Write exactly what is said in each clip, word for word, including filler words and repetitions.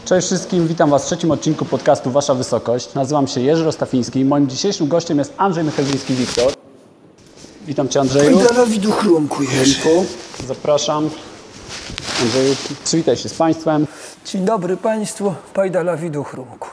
Cześć wszystkim, witam Was w trzecim odcinku podcastu Wasza Wysokość. Nazywam się Jerzy Rostafiński i moim dzisiejszym gościem jest Andrzej Michalczyński-Wiktor. Witam Cię, Andrzeju. Pajdala Widuchrumku, Jerzy. Zapraszam. Andrzeju, przywitaj się z Państwem. Dzień dobry Państwu, Pajdala Widuchrumku.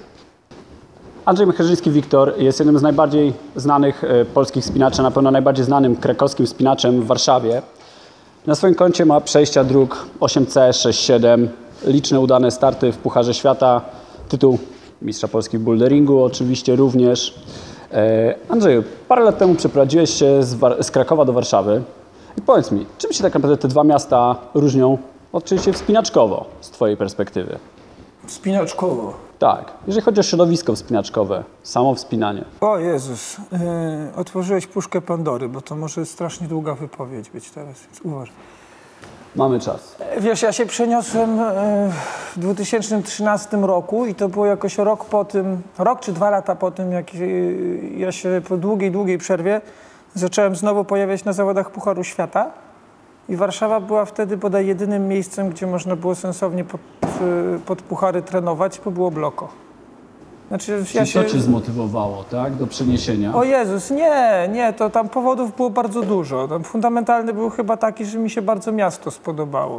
Andrzej Michalczyński-Wiktor jest jednym z najbardziej znanych e, polskich wspinaczy, na pewno najbardziej znanym krakowskim wspinaczem w Warszawie. Na swoim koncie ma przejścia dróg osiem C, sześć, siedem, liczne udane starty w Pucharze Świata, tytuł Mistrza Polski w boulderingu oczywiście również. E, Andrzeju, parę lat temu przeprowadziłeś się z, War- z Krakowa do Warszawy i powiedz mi, czym się tak naprawdę te dwa miasta różnią, oczywiście wspinaczkowo, z Twojej perspektywy? Wspinaczkowo. Tak, jeżeli chodzi o środowisko wspinaczkowe, samo wspinanie. O Jezus, yy, otworzyłeś puszkę Pandory, bo to może strasznie długa wypowiedź być teraz, więc uważaj. Mamy czas. Wiesz, ja się przeniosłem yy, w dwa tysiące trzynastym roku i to było jakoś rok po tym, rok czy dwa lata po tym, jak yy, ja się po długiej, długiej przerwie zacząłem znowu pojawiać na zawodach Pucharu Świata. I Warszawa była wtedy bodaj jedynym miejscem, gdzie można było sensownie pod, pod puchary trenować, bo było bloko. Znaczy, Czy ja to się... Cię zmotywowało, tak, do przeniesienia? O Jezus, nie, nie, to tam powodów było bardzo dużo. Tam fundamentalny był chyba taki, że mi się bardzo miasto spodobało.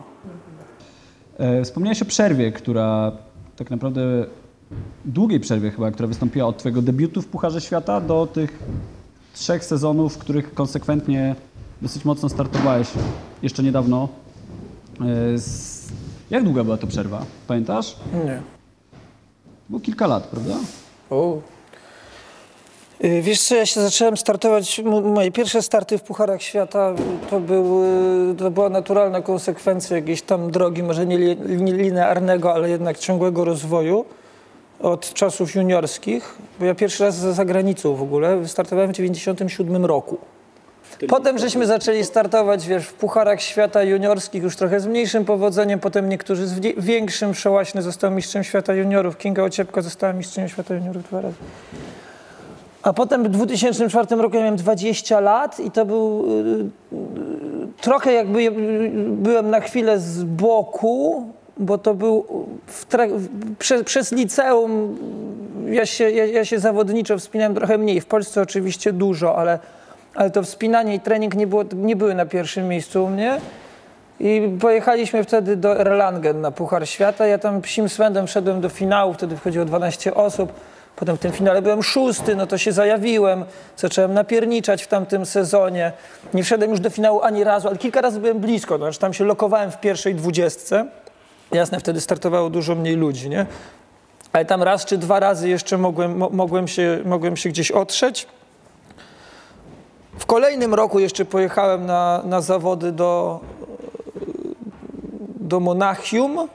E, wspomniałeś o przerwie, która tak naprawdę, długiej przerwie chyba, która wystąpiła od Twojego debiutu w Pucharze Świata do tych trzech sezonów, w których konsekwentnie dosyć mocno startowałeś jeszcze niedawno. E, z... Jak długa była to przerwa? Pamiętasz? Nie. Było kilka lat, prawda? O. Yy, Wiesz co, ja się zacząłem startować, m- moje pierwsze starty w Pucharach Świata to, był, yy, to była naturalna konsekwencja jakiejś tam drogi, może nie, li, nie linearnego, ale jednak ciągłego rozwoju od czasów juniorskich, bo ja pierwszy raz za, za granicą w ogóle wystartowałem w dziewięćdziesiątym siódmym roku. Potem żeśmy zaczęli startować, wiesz, w Pucharach Świata juniorskich już trochę z mniejszym powodzeniem, potem niektórzy z wie- większym. Przełaśny został mistrzem świata juniorów, Kinga Ociepka została mistrzem świata juniorów dwa razy. A potem w dwa tysiące czwartym roku ja miałem dwadzieścia lat i to był yy, yy, trochę jakby yy, byłem na chwilę z boku, bo to był w tra- w, prze, przez liceum, ja się, ja, ja się zawodniczo wspinałem trochę mniej, w Polsce oczywiście dużo, ale Ale to wspinanie i trening nie, było, nie były na pierwszym miejscu u mnie. I pojechaliśmy wtedy do Erlangen na Puchar Świata. Ja tam psim swędem wszedłem do finału, wtedy wchodziło dwanaście osób. Potem w tym finale byłem szósty, no to się zajawiłem. Zacząłem napierniczać w tamtym sezonie. Nie wszedłem już do finału ani razu, ale kilka razy byłem blisko. Znaczy tam się lokowałem w pierwszej dwudziestce. Jasne, wtedy startowało dużo mniej ludzi, nie? Ale tam raz czy dwa razy jeszcze mogłem, mo- mogłem, się, mogłem się gdzieś otrzeć. W kolejnym roku jeszcze pojechałem na, na zawody do, do Monachium.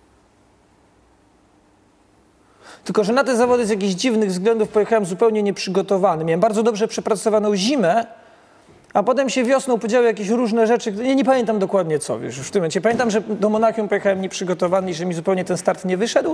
Tylko że na te zawody z jakichś dziwnych względów pojechałem zupełnie nieprzygotowany. Miałem bardzo dobrze przepracowaną zimę, a potem się wiosną podziały jakieś różne rzeczy. Ja nie pamiętam dokładnie co, wiesz, już w tym momencie. Pamiętam, że do Monachium pojechałem nieprzygotowany i że mi zupełnie ten start nie wyszedł.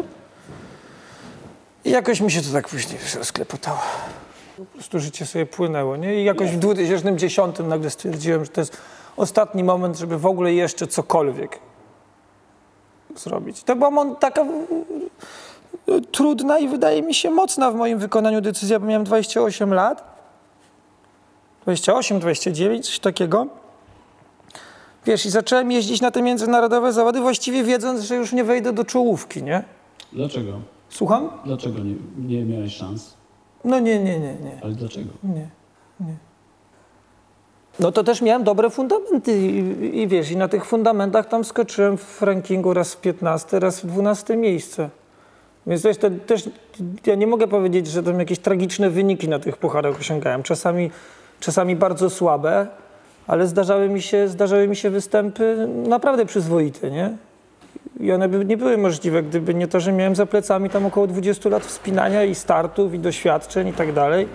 I jakoś mi się to tak później wiesz, rozklepotało. Po prostu życie sobie płynęło, nie? I jakoś w dwa tysiące dziesiątym nagle stwierdziłem, że to jest ostatni moment, żeby w ogóle jeszcze cokolwiek zrobić. To była mon- taka y, trudna i wydaje mi się mocna w moim wykonaniu decyzja, bo miałem dwadzieścia osiem lat. dwadzieścia osiem, dwadzieścia dziewięć, coś takiego. Wiesz, i zacząłem jeździć na te międzynarodowe zawody, właściwie wiedząc, że już nie wejdę do czołówki, nie? Dlaczego? Słucham? Dlaczego nie, nie miałeś szans? No nie, nie, nie, nie. Ale dlaczego? Nie, nie. No to też miałem dobre fundamenty i, i wiesz, i na tych fundamentach tam skoczyłem w rankingu raz w piętnaste, raz w dwunaste miejsce. Więc wiesz, to też, ja nie mogę powiedzieć, że tam jakieś tragiczne wyniki na tych pucharach osiągałem. Czasami, czasami bardzo słabe, ale zdarzały mi się, zdarzały mi się występy naprawdę przyzwoite, nie? I one by nie były możliwe, gdyby nie to, że miałem za plecami tam około dwudziestu lat wspinania i startów i doświadczeń i tak dalej.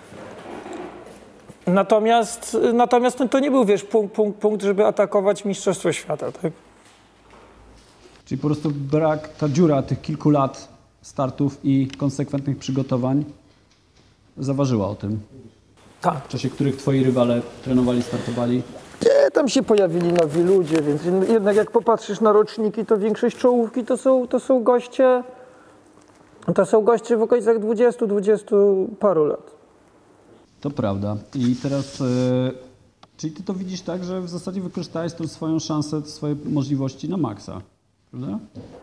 Natomiast, natomiast to nie był, wiesz, punkt, punkt, punkt, żeby atakować Mistrzostwo Świata, tak? Czyli po prostu brak, ta dziura tych kilku lat startów i konsekwentnych przygotowań zaważyła o tym. Tak. W czasie których Twoi rywale trenowali, startowali? Nie, tam się pojawili nowi ludzie, więc jednak jak popatrzysz na roczniki, to większość czołówki to są, to są goście, to są goście w okolicach dwudziestu, dwudziestu paru lat. To prawda. I teraz, e, czyli ty to widzisz tak, że w zasadzie wykorzystałeś tą swoją szansę, swoje możliwości na maksa, prawda?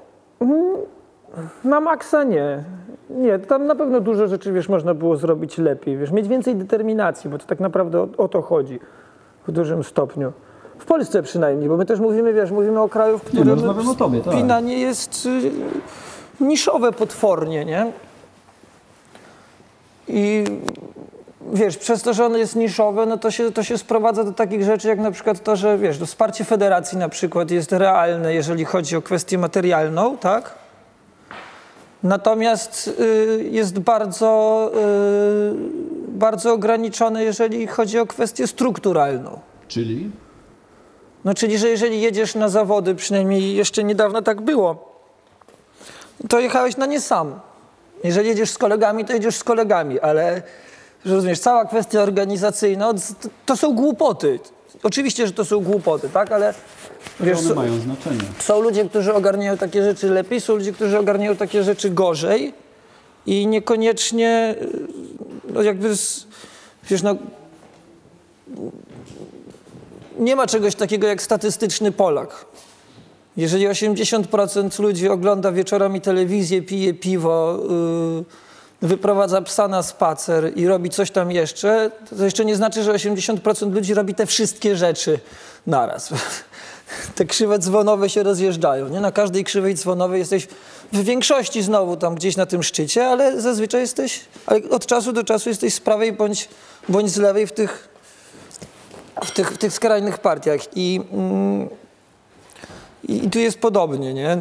Na maksa nie. Nie, tam na pewno dużo rzeczy, wiesz, można było zrobić lepiej, wiesz, mieć więcej determinacji, bo to tak naprawdę o, o to chodzi w dużym stopniu. W Polsce przynajmniej, bo my też mówimy, wiesz, mówimy o kraju, w Nie, którym no, rozmawiam o tobie, tak. spinanie jest y, niszowe potwornie, nie? I wiesz, przez to, że ono jest niszowe, no to się, to się sprowadza do takich rzeczy, jak na przykład to, że wiesz, to wsparcie federacji na przykład jest realne, jeżeli chodzi o kwestię materialną, tak? Natomiast y, jest bardzo, y, bardzo ograniczone, jeżeli chodzi o kwestię strukturalną. Czyli? No czyli, że jeżeli jedziesz na zawody, przynajmniej jeszcze niedawno tak było, to jechałeś na nie sam. Jeżeli jedziesz z kolegami, to jedziesz z kolegami, ale rozumiesz, cała kwestia organizacyjna, to, to są głupoty. Oczywiście, że to są głupoty, tak, ale wiesz, One mają znaczenie. są ludzie, którzy ogarniają takie rzeczy lepiej, są ludzie, którzy ogarniają takie rzeczy gorzej i niekoniecznie, no jakby, z, wiesz, no, nie ma czegoś takiego jak statystyczny Polak. Jeżeli osiemdziesiąt procent ludzi ogląda wieczorami telewizję, pije piwo, yy, wyprowadza psa na spacer i robi coś tam jeszcze, to jeszcze nie znaczy, że osiemdziesiąt procent ludzi robi te wszystkie rzeczy naraz. Te krzywe dzwonowe się rozjeżdżają. Nie? Na każdej krzywej dzwonowej jesteś w większości znowu tam gdzieś na tym szczycie, ale zazwyczaj jesteś, ale od czasu do czasu jesteś z prawej bądź, bądź z lewej w tych, w tych, w tych skrajnych partiach. I, mm, i, i tu jest podobnie, nie?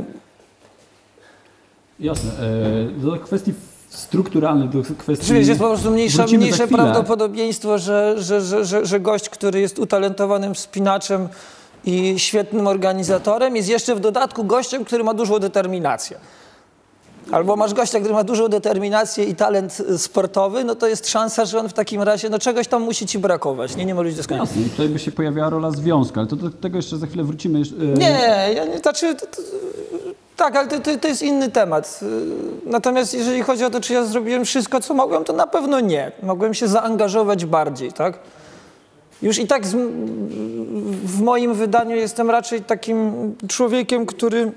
Jasne. E, do kwestii strukturalnych, do kwestii... Czyli jest po prostu mniejsza, mniejsze chwilę. prawdopodobieństwo, że, że, że, że, że gość, który jest utalentowanym wspinaczem i świetnym organizatorem, jest jeszcze w dodatku gościem, który ma dużą determinację. Albo masz gościa, który ma dużą determinację i talent sportowy, no to jest szansa, że on w takim razie, no czegoś tam musi ci brakować. Nie, nie może być doskonale. Jasne, i tutaj by się pojawiała rola związku, ale to do tego jeszcze za chwilę wrócimy. E, Nie, ja nie, znaczy, to, to, tak, ale to, to, to jest inny temat. Natomiast jeżeli chodzi o to, czy ja zrobiłem wszystko, co mogłem, to na pewno nie. Mogłem się zaangażować bardziej, tak? Już i tak z, w moim wydaniu jestem raczej takim człowiekiem, który,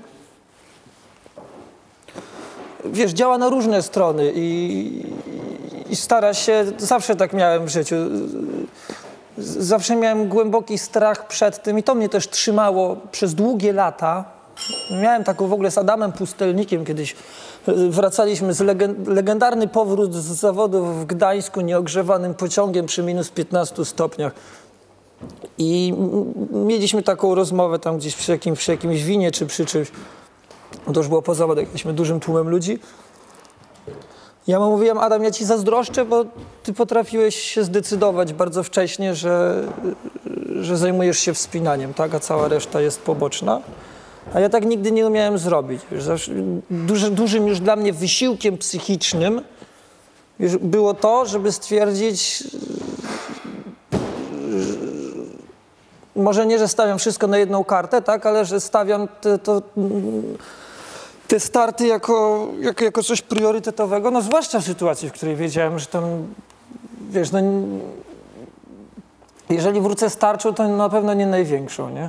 wiesz, działa na różne strony i, i stara się, zawsze tak miałem w życiu, zawsze miałem głęboki strach przed tym i to mnie też trzymało przez długie lata. Miałem taką w ogóle z Adamem Pustelnikiem kiedyś, wracaliśmy z legend, legendarny powrót z zawodów w Gdańsku nieogrzewanym pociągiem przy minus piętnastu stopniach. I mieliśmy taką rozmowę tam gdzieś przy, jakim, przy jakimś winie czy przy czymś. To już było po zawodach, byliśmy dużym tłumem ludzi. Ja mu mówiłem, Adam, ja ci zazdroszczę, bo ty potrafiłeś się zdecydować bardzo wcześnie, że, że zajmujesz się wspinaniem, tak? A cała reszta jest poboczna. A ja tak nigdy nie umiałem zrobić. Wiesz, zawsze, duży, dużym już dla mnie wysiłkiem psychicznym wiesz, było to, żeby stwierdzić, może nie, że stawiam wszystko na jedną kartę, tak, ale że stawiam te, to, te starty jako, jako, jako coś priorytetowego, no zwłaszcza w sytuacji, w której wiedziałem, że tam, wiesz, no jeżeli wrócę z tarczą, to na pewno nie największą, nie?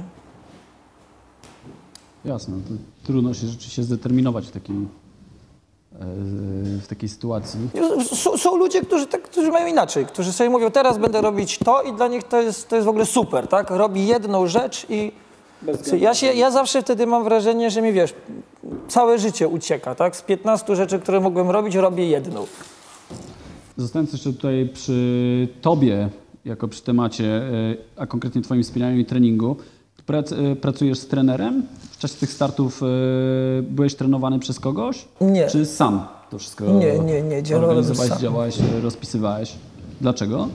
Jasne, to trudno się rzeczywiście zdeterminować w takiej, w takiej sytuacji. S- są ludzie, którzy, tak, którzy mają inaczej, którzy sobie mówią, teraz będę robić to i dla nich to jest, to jest w ogóle super, tak? Robi jedną rzecz i ja, się, ja zawsze wtedy mam wrażenie, że mi, wiesz, całe życie ucieka, tak? Z piętnastu rzeczy, które mogłem robić, robię jedną. Zostając jeszcze tutaj przy tobie, jako przy temacie, a konkretnie twoim wspinaniu i treningu, Prac- pracujesz z trenerem? W czasie tych startów y, byłeś trenowany przez kogoś? Nie. Czy sam to wszystko Nie, nie, nie, działałem organizowałeś, sam. działałeś, rozpisywałeś? Dlaczego?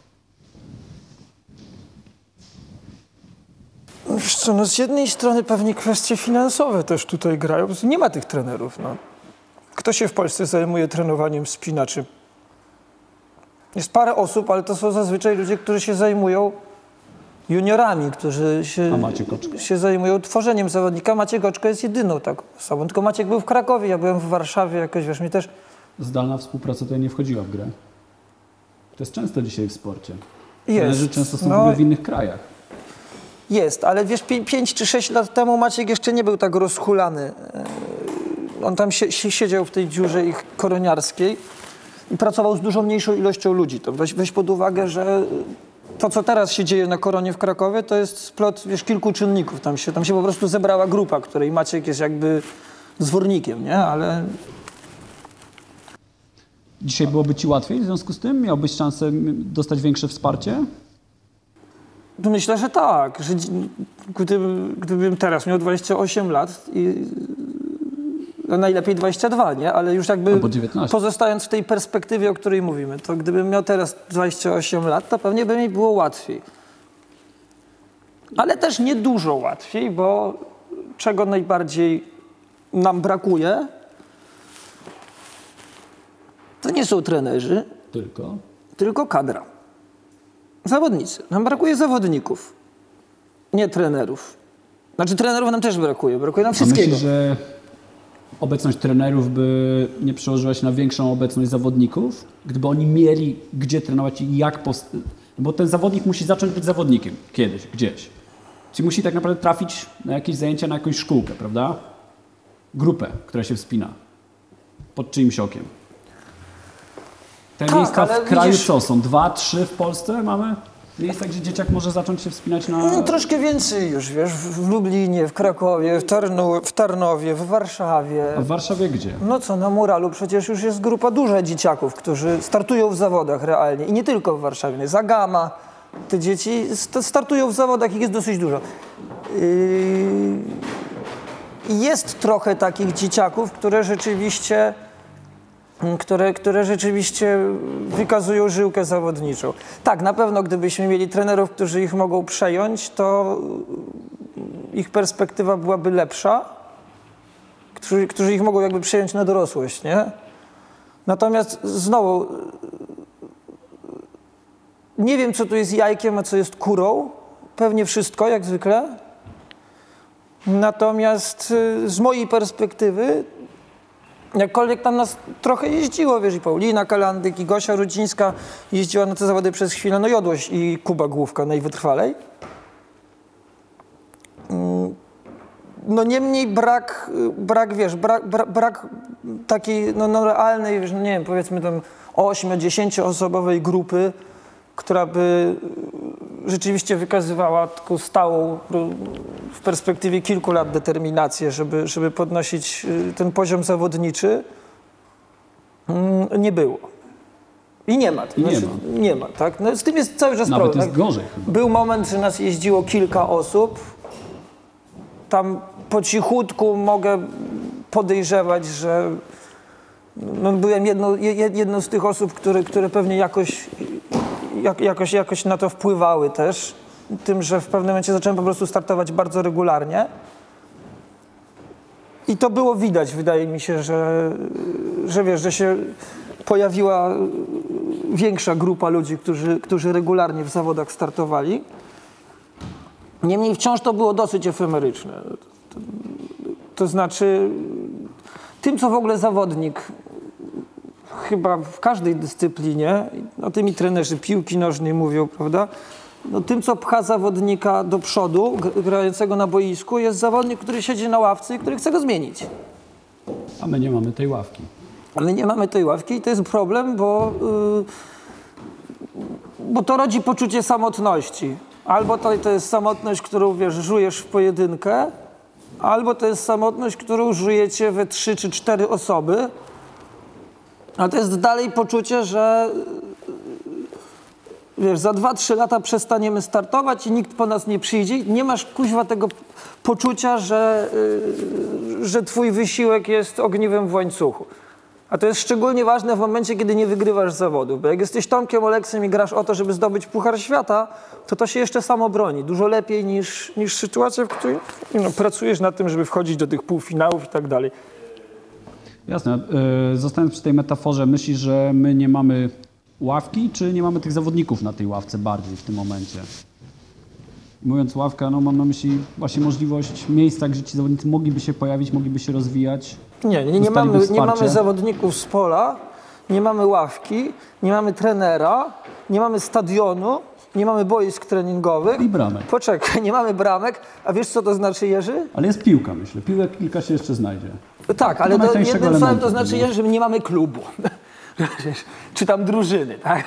Wiesz co, no z jednej strony pewnie kwestie finansowe też tutaj grają, po prostu nie ma tych trenerów, no. Kto się w Polsce zajmuje trenowaniem wspinaczy? Jest parę osób, ale to są zazwyczaj ludzie, którzy się zajmują juniorami, którzy się, A Maciek Oczko? się zajmują tworzeniem zawodnika. Maciek Oczko jest jedyną taką osobą. Tylko Maciek był w Krakowie, ja byłem w Warszawie, jakoś wiesz, mi też... Zdalna współpraca tutaj nie wchodziła w grę. To jest często dzisiaj w sporcie. Jest. Trenerzy często są No, w ogóle w innych krajach. Jest, ale wiesz, pię- pięć czy sześć lat temu Maciek jeszcze nie był tak rozhulany. Yy, On tam sie- sie- siedział w tej dziurze ich koroniarskiej i pracował z dużo mniejszą ilością ludzi. To weź, weź pod uwagę, że to, co teraz się dzieje na Koronie w Krakowie, to jest splot, wiesz, kilku czynników. Tam się, tam się po prostu zebrała grupa, której Maciek jest jakby zwornikiem, nie? Ale Dzisiaj byłoby Ci łatwiej w związku z tym? Miałbyś szansę dostać większe wsparcie? myślę, że tak. Że dzi- gdybym, gdybym teraz miał dwadzieścia osiem lat i no najlepiej dwadzieścia dwa, nie? Ale już jakby Albo dziewiętnaście. pozostając w tej perspektywie, o której mówimy, to gdybym miał teraz dwadzieścia osiem lat, to pewnie by mi było łatwiej. Ale też nie dużo łatwiej, bo czego najbardziej nam brakuje, to nie są trenerzy, Tylko? tylko kadra. Zawodnicy. Nam brakuje zawodników, nie trenerów. Znaczy trenerów nam też brakuje, brakuje nam A wszystkiego. myślisz, że obecność trenerów by nie przełożyła się na większą obecność zawodników? Gdyby oni mieli gdzie trenować i jak... Post... Bo ten zawodnik musi zacząć być zawodnikiem kiedyś, gdzieś. Czyli musi tak naprawdę trafić na jakieś zajęcia, na jakąś szkółkę, prawda? Grupę, która się wspina. Pod czyimś okiem. Te Tak, miejsca ale w kraju widzisz- co? Są dwa, trzy w Polsce mamy? Miejsca, gdzie dzieciak może zacząć się wspinać na... No, troszkę więcej już, wiesz, w Lublinie, w Krakowie, w, Tarnu, w Tarnowie, w Warszawie. A w Warszawie gdzie? No co, na Muralu przecież już jest grupa duża dzieciaków, którzy startują w zawodach realnie. I nie tylko w Warszawie, jest Agama. Te dzieci st- startują w zawodach, ich jest dosyć dużo. Yy... Jest trochę takich dzieciaków, które rzeczywiście, które, które rzeczywiście wykazują żyłkę zawodniczą. Tak, na pewno gdybyśmy mieli trenerów, którzy ich mogą przejąć, to ich perspektywa byłaby lepsza, którzy, którzy ich mogą jakby przejąć na dorosłość, nie? Natomiast znowu, nie wiem, co tu jest jajkiem, a co jest kurą. Pewnie wszystko, jak zwykle. Natomiast y, z mojej perspektywy, jakkolwiek tam nas trochę jeździło, wiesz, i Paulina Kalandyk, i Gosia Rudzińska jeździła na te zawody przez chwilę, no Jodłoś i Kuba Główka najwytrwalej. Mm, No niemniej brak, brak wiesz, brak, brak, brak takiej no, no realnej, wiesz, no nie wiem, powiedzmy tam osiem-dziesięcioosobowej grupy, która by rzeczywiście wykazywała taką stałą w perspektywie kilku lat determinację, żeby, żeby podnosić ten poziom zawodniczy, nie było. I nie ma. I nie Znaczy, ma. nie ma, tak? No, z tym jest cały czas Nawet problem. jest gorzej chyba. Był moment, że nas jeździło kilka osób. Tam po cichutku mogę podejrzewać, że no, byłem jedną, jed- jedną z tych osób, które, które pewnie jakoś, jak, jakoś, jakoś na to wpływały też. Tym, że w pewnym momencie zacząłem po prostu startować bardzo regularnie. I to było widać, wydaje mi się, że, że wiesz, że się pojawiła większa grupa ludzi, którzy, którzy regularnie w zawodach startowali. Niemniej wciąż to było dosyć efemeryczne. To, to znaczy, tym, co w ogóle zawodnik, chyba w każdej dyscyplinie, o tym i trenerzy piłki nożnej mówią, prawda? No, tym, co pcha zawodnika do przodu, gr- grającego na boisku, jest zawodnik, który siedzi na ławce i który chce go zmienić. A my nie mamy tej ławki. Ale nie mamy tej ławki i to jest problem, bo, yy, bo to rodzi poczucie samotności. Albo to, to jest samotność, którą, wiesz, żujesz w pojedynkę, albo to jest samotność, którą żujecie we trzy czy cztery osoby. A to jest dalej poczucie, że wiesz, za dwa, trzy lata przestaniemy startować i nikt po nas nie przyjdzie. Nie masz, kuźwa, tego poczucia, że, yy, że twój wysiłek jest ogniwem w łańcuchu. A to jest szczególnie ważne w momencie, kiedy nie wygrywasz zawodów. Bo jak jesteś Tomkiem Oleksem i grasz o to, żeby zdobyć Puchar Świata, to to się jeszcze samo broni. Dużo lepiej niż, niż sytuacja, w której no, pracujesz nad tym, żeby wchodzić do tych półfinałów i tak dalej. Jasne. Yy, Zostając przy tej metaforze, myślisz, że my nie mamy ławki, czy nie mamy tych zawodników na tej ławce bardziej w tym momencie? Mówiąc ławka, no mam na myśli właśnie możliwość miejsca, gdzie ci zawodnicy mogliby się pojawić, mogliby się rozwijać. Nie, nie, nie, mamy, nie mamy zawodników z pola, nie mamy ławki, nie mamy trenera, nie mamy stadionu, nie mamy boisk treningowych. I bramek. Poczekaj, nie mamy bramek, a wiesz co to znaczy, Jerzy? Ale jest piłka, myślę. Piłek kilka się jeszcze znajdzie. Tak, ale to jednym słowem to znaczy, Jerzy, że nie mamy klubu. Czy tam drużyny, tak?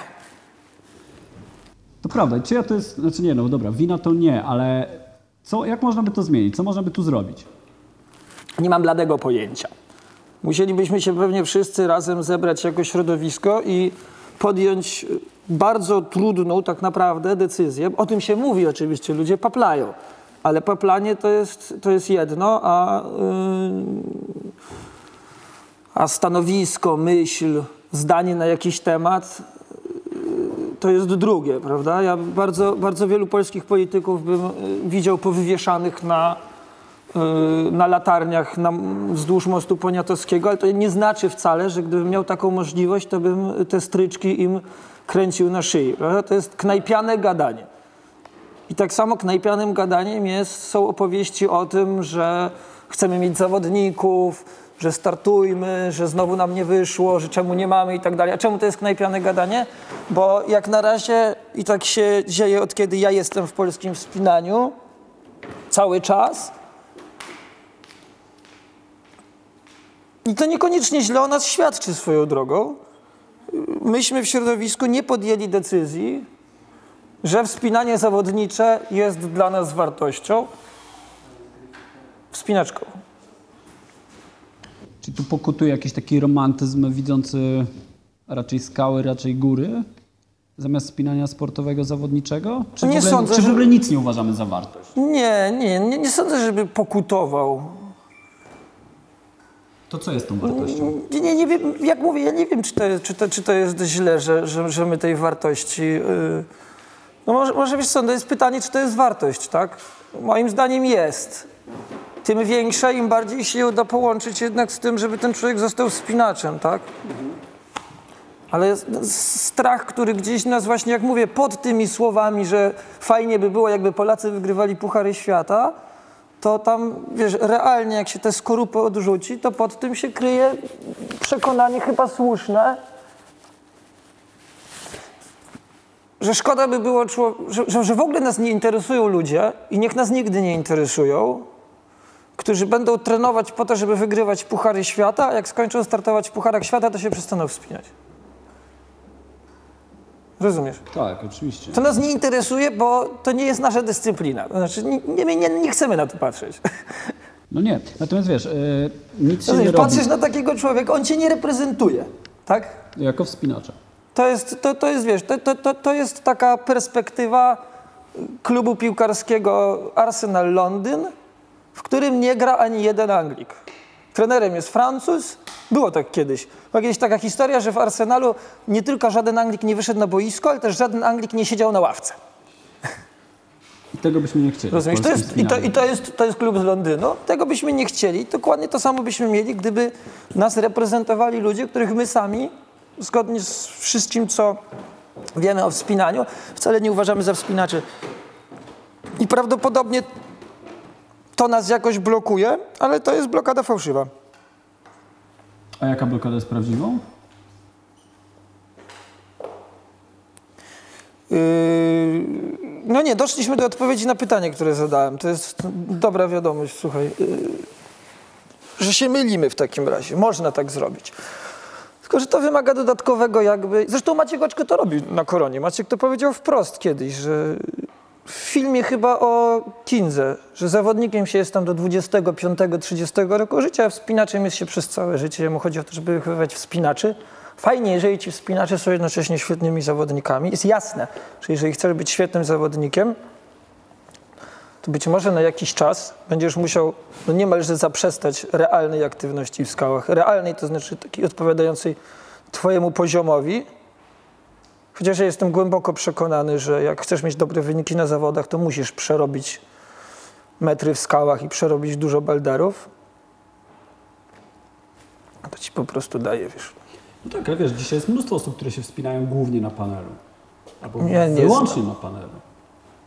To prawda. Czyja to jest, znaczy nie, no dobra, wina to nie, ale co, jak można by to zmienić? Co można by tu zrobić? Nie mam bladego pojęcia. Musielibyśmy się pewnie wszyscy razem zebrać jako środowisko i podjąć bardzo trudną tak naprawdę decyzję. O tym się mówi oczywiście, ludzie paplają, ale paplanie to jest, to jest jedno, a, yy, a stanowisko, myśl, zdanie na jakiś temat to jest drugie, prawda? Ja bardzo, bardzo wielu polskich polityków bym widział powywieszanych na, na latarniach na, wzdłuż mostu Poniatowskiego, ale to nie znaczy wcale, że gdybym miał taką możliwość, to bym te stryczki im kręcił na szyi, prawda? To jest knajpiane gadanie. I tak samo knajpianym gadaniem jest, są opowieści o tym, że chcemy mieć zawodników, że startujmy, że znowu nam nie wyszło, że czemu nie mamy i tak dalej. A czemu to jest knajpiane gadanie? Bo jak na razie i tak się dzieje od kiedy ja jestem w polskim wspinaniu, cały czas. I to niekoniecznie źle o nas świadczy swoją drogą. Myśmy w środowisku nie podjęli decyzji, że wspinanie zawodnicze jest dla nas wartością wspinaczką. Czy tu pokutuje jakiś taki romantyzm widzący raczej skały, raczej góry, zamiast spinania sportowego, zawodniczego? Czy, nie w, ogóle, sądzę, czy w że... ogóle nic nie uważamy za wartość? Nie, nie, nie, nie sądzę, żeby pokutował. To co jest tą wartością? Nie, nie, nie wiem, jak mówię, ja nie wiem, czy to jest, czy to, czy to jest źle, że, że, że my tej wartości... Yy... No może, może wiesz co, to jest pytanie, czy to jest wartość, tak? Moim zdaniem jest. Tym większa, im bardziej się uda połączyć jednak z tym, żeby ten człowiek został wspinaczem, tak? Ale strach, który gdzieś nas właśnie, jak mówię, pod tymi słowami, że fajnie by było, jakby Polacy wygrywali Puchary Świata, to tam, wiesz, realnie jak się te skorupy odrzuci, to pod tym się kryje przekonanie chyba słuszne, że szkoda by było, że, że w ogóle nas nie interesują ludzie i niech nas nigdy nie interesują, którzy będą trenować po to, żeby wygrywać Puchary Świata, a jak skończą startować w Pucharach Świata, to się przestaną wspinać. Rozumiesz? Tak, oczywiście. To nas nie interesuje, bo to nie jest nasza dyscyplina. To znaczy, nie, nie, nie, nie chcemy na to patrzeć. No nie, natomiast wiesz, yy, nic się Rozumiesz, nie robi. patrzysz na takiego człowieka, on cię nie reprezentuje, tak? Jako wspinacza. To jest, to, to jest, wiesz, to, to, to, to jest taka perspektywa klubu piłkarskiego Arsenal Londyn, w którym nie gra ani jeden Anglik. Trenerem jest Francuz. Było tak kiedyś. Była kiedyś taka historia, że w Arsenalu nie tylko żaden Anglik nie wyszedł na boisko, ale też żaden Anglik nie siedział na ławce. I tego byśmy nie chcieli. Rozumiesz? To jest, i to, i to, jest, to jest klub z Londynu. Tego byśmy nie chcieli. Dokładnie to samo byśmy mieli, gdyby nas reprezentowali ludzie, których my sami, zgodnie z wszystkim, co wiemy o wspinaniu, wcale nie uważamy za wspinaczy. I prawdopodobnie to nas jakoś blokuje, ale to jest blokada fałszywa. A jaka blokada jest prawdziwą? Yy, no nie, doszliśmy do odpowiedzi na pytanie, które zadałem. To jest dobra wiadomość, słuchaj. Yy, że się mylimy w takim razie. Można tak zrobić. Tylko, że to wymaga dodatkowego jakby... Zresztą Maciek Oczko to robi na Koronie. Maciek to powiedział wprost kiedyś, że w filmie chyba o Kindze, że zawodnikiem się jest tam do dwudziestego piątego trzydziestego roku życia, a wspinaczem jest się przez całe życie. Jemu chodzi o to, żeby wychowywać wspinaczy. Fajnie, jeżeli ci wspinacze są jednocześnie świetnymi zawodnikami. Jest jasne, że jeżeli chcesz być świetnym zawodnikiem, to być może na jakiś czas będziesz musiał no niemalże zaprzestać realnej aktywności w skałach. Realnej, to znaczy takiej odpowiadającej twojemu poziomowi. Chociaż ja jestem głęboko przekonany, że jak chcesz mieć dobre wyniki na zawodach, to musisz przerobić metry w skałach i przerobić dużo beldarów. To ci po prostu daje, wiesz. No tak, ale wiesz, dzisiaj jest mnóstwo osób, które się wspinają głównie na panelu. Albo Ja nie wyłącznie znam. na panelu.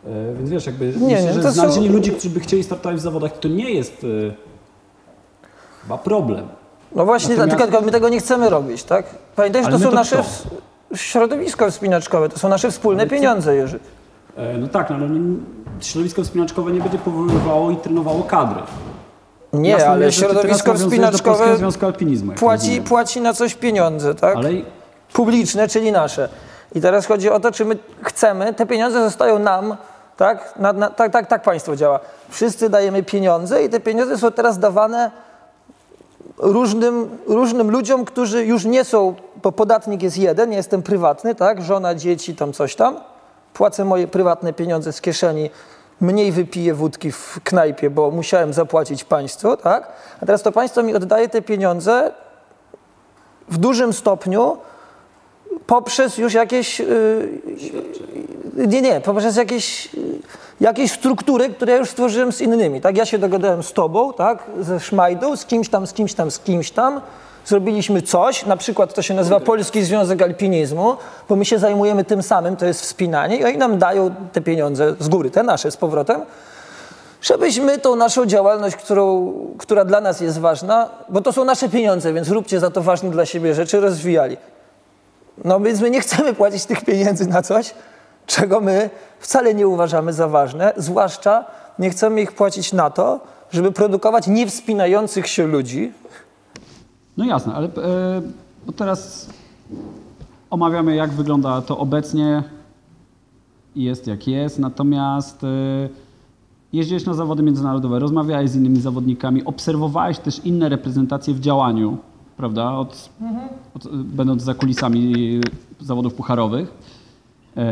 E, więc wiesz, jakby Nie, myślę, nie, że to znalezienie są- ludzi, którzy by chcieli startować w zawodach, to nie jest e, chyba problem. No właśnie, Natomiast- tylko, tylko my tego nie chcemy robić, tak? Pamiętaj, że Ale to my są to nasze kto? w, środowiska wspinaczkowe, to są nasze wspólne pieniądze, Jerzy. E, no tak, no, ale nie, środowisko wspinaczkowe nie będzie powoływało i trenowało kadry. Nie, Jasne ale jest, że ty teraz środowisko nawiązujesz do Polskiego wspinaczkowe Związku Alpinizmu. jak płaci, rozumiem. płaci na coś pieniądze, tak? Ale Publiczne, czyli nasze. I teraz chodzi o to, czy my chcemy, te pieniądze zostają nam, tak? Na, na, tak, tak, tak państwo działa. Wszyscy dajemy pieniądze i te pieniądze są teraz dawane różnym, różnym ludziom, którzy już nie są, bo podatnik jest jeden, ja jestem prywatny, tak? Żona, dzieci, tam coś tam. Płacę moje prywatne pieniądze z kieszeni, mniej wypiję wódki w knajpie, bo musiałem zapłacić państwu, tak? A teraz to państwo mi oddaje te pieniądze w dużym stopniu poprzez już jakieś, yy, nie, nie, poprzez jakieś, yy, jakieś struktury, które ja już stworzyłem z innymi, tak? Ja się dogadałem z tobą, tak? Ze Szmajdą, z kimś tam, z kimś tam, z kimś tam. Zrobiliśmy coś, na przykład to się nazywa Polski Związek Alpinizmu, bo my się zajmujemy tym samym, to jest wspinanie i oni nam dają te pieniądze z góry, te nasze z powrotem, żebyśmy tą naszą działalność, którą, która dla nas jest ważna, bo to są nasze pieniądze, więc róbcie za to ważne dla siebie rzeczy, rozwijali. No więc my nie chcemy płacić tych pieniędzy na coś, czego my wcale nie uważamy za ważne, zwłaszcza nie chcemy ich płacić na to, żeby produkować niewspinających się ludzi. no jasne, ale e, bo teraz omawiamy, jak wygląda to obecnie i jest jak jest, natomiast e, jeździłeś na zawody międzynarodowe, rozmawiałeś z innymi zawodnikami, obserwowałeś też inne reprezentacje w działaniu, prawda, od, Mhm. od, będąc za kulisami zawodów pucharowych. E,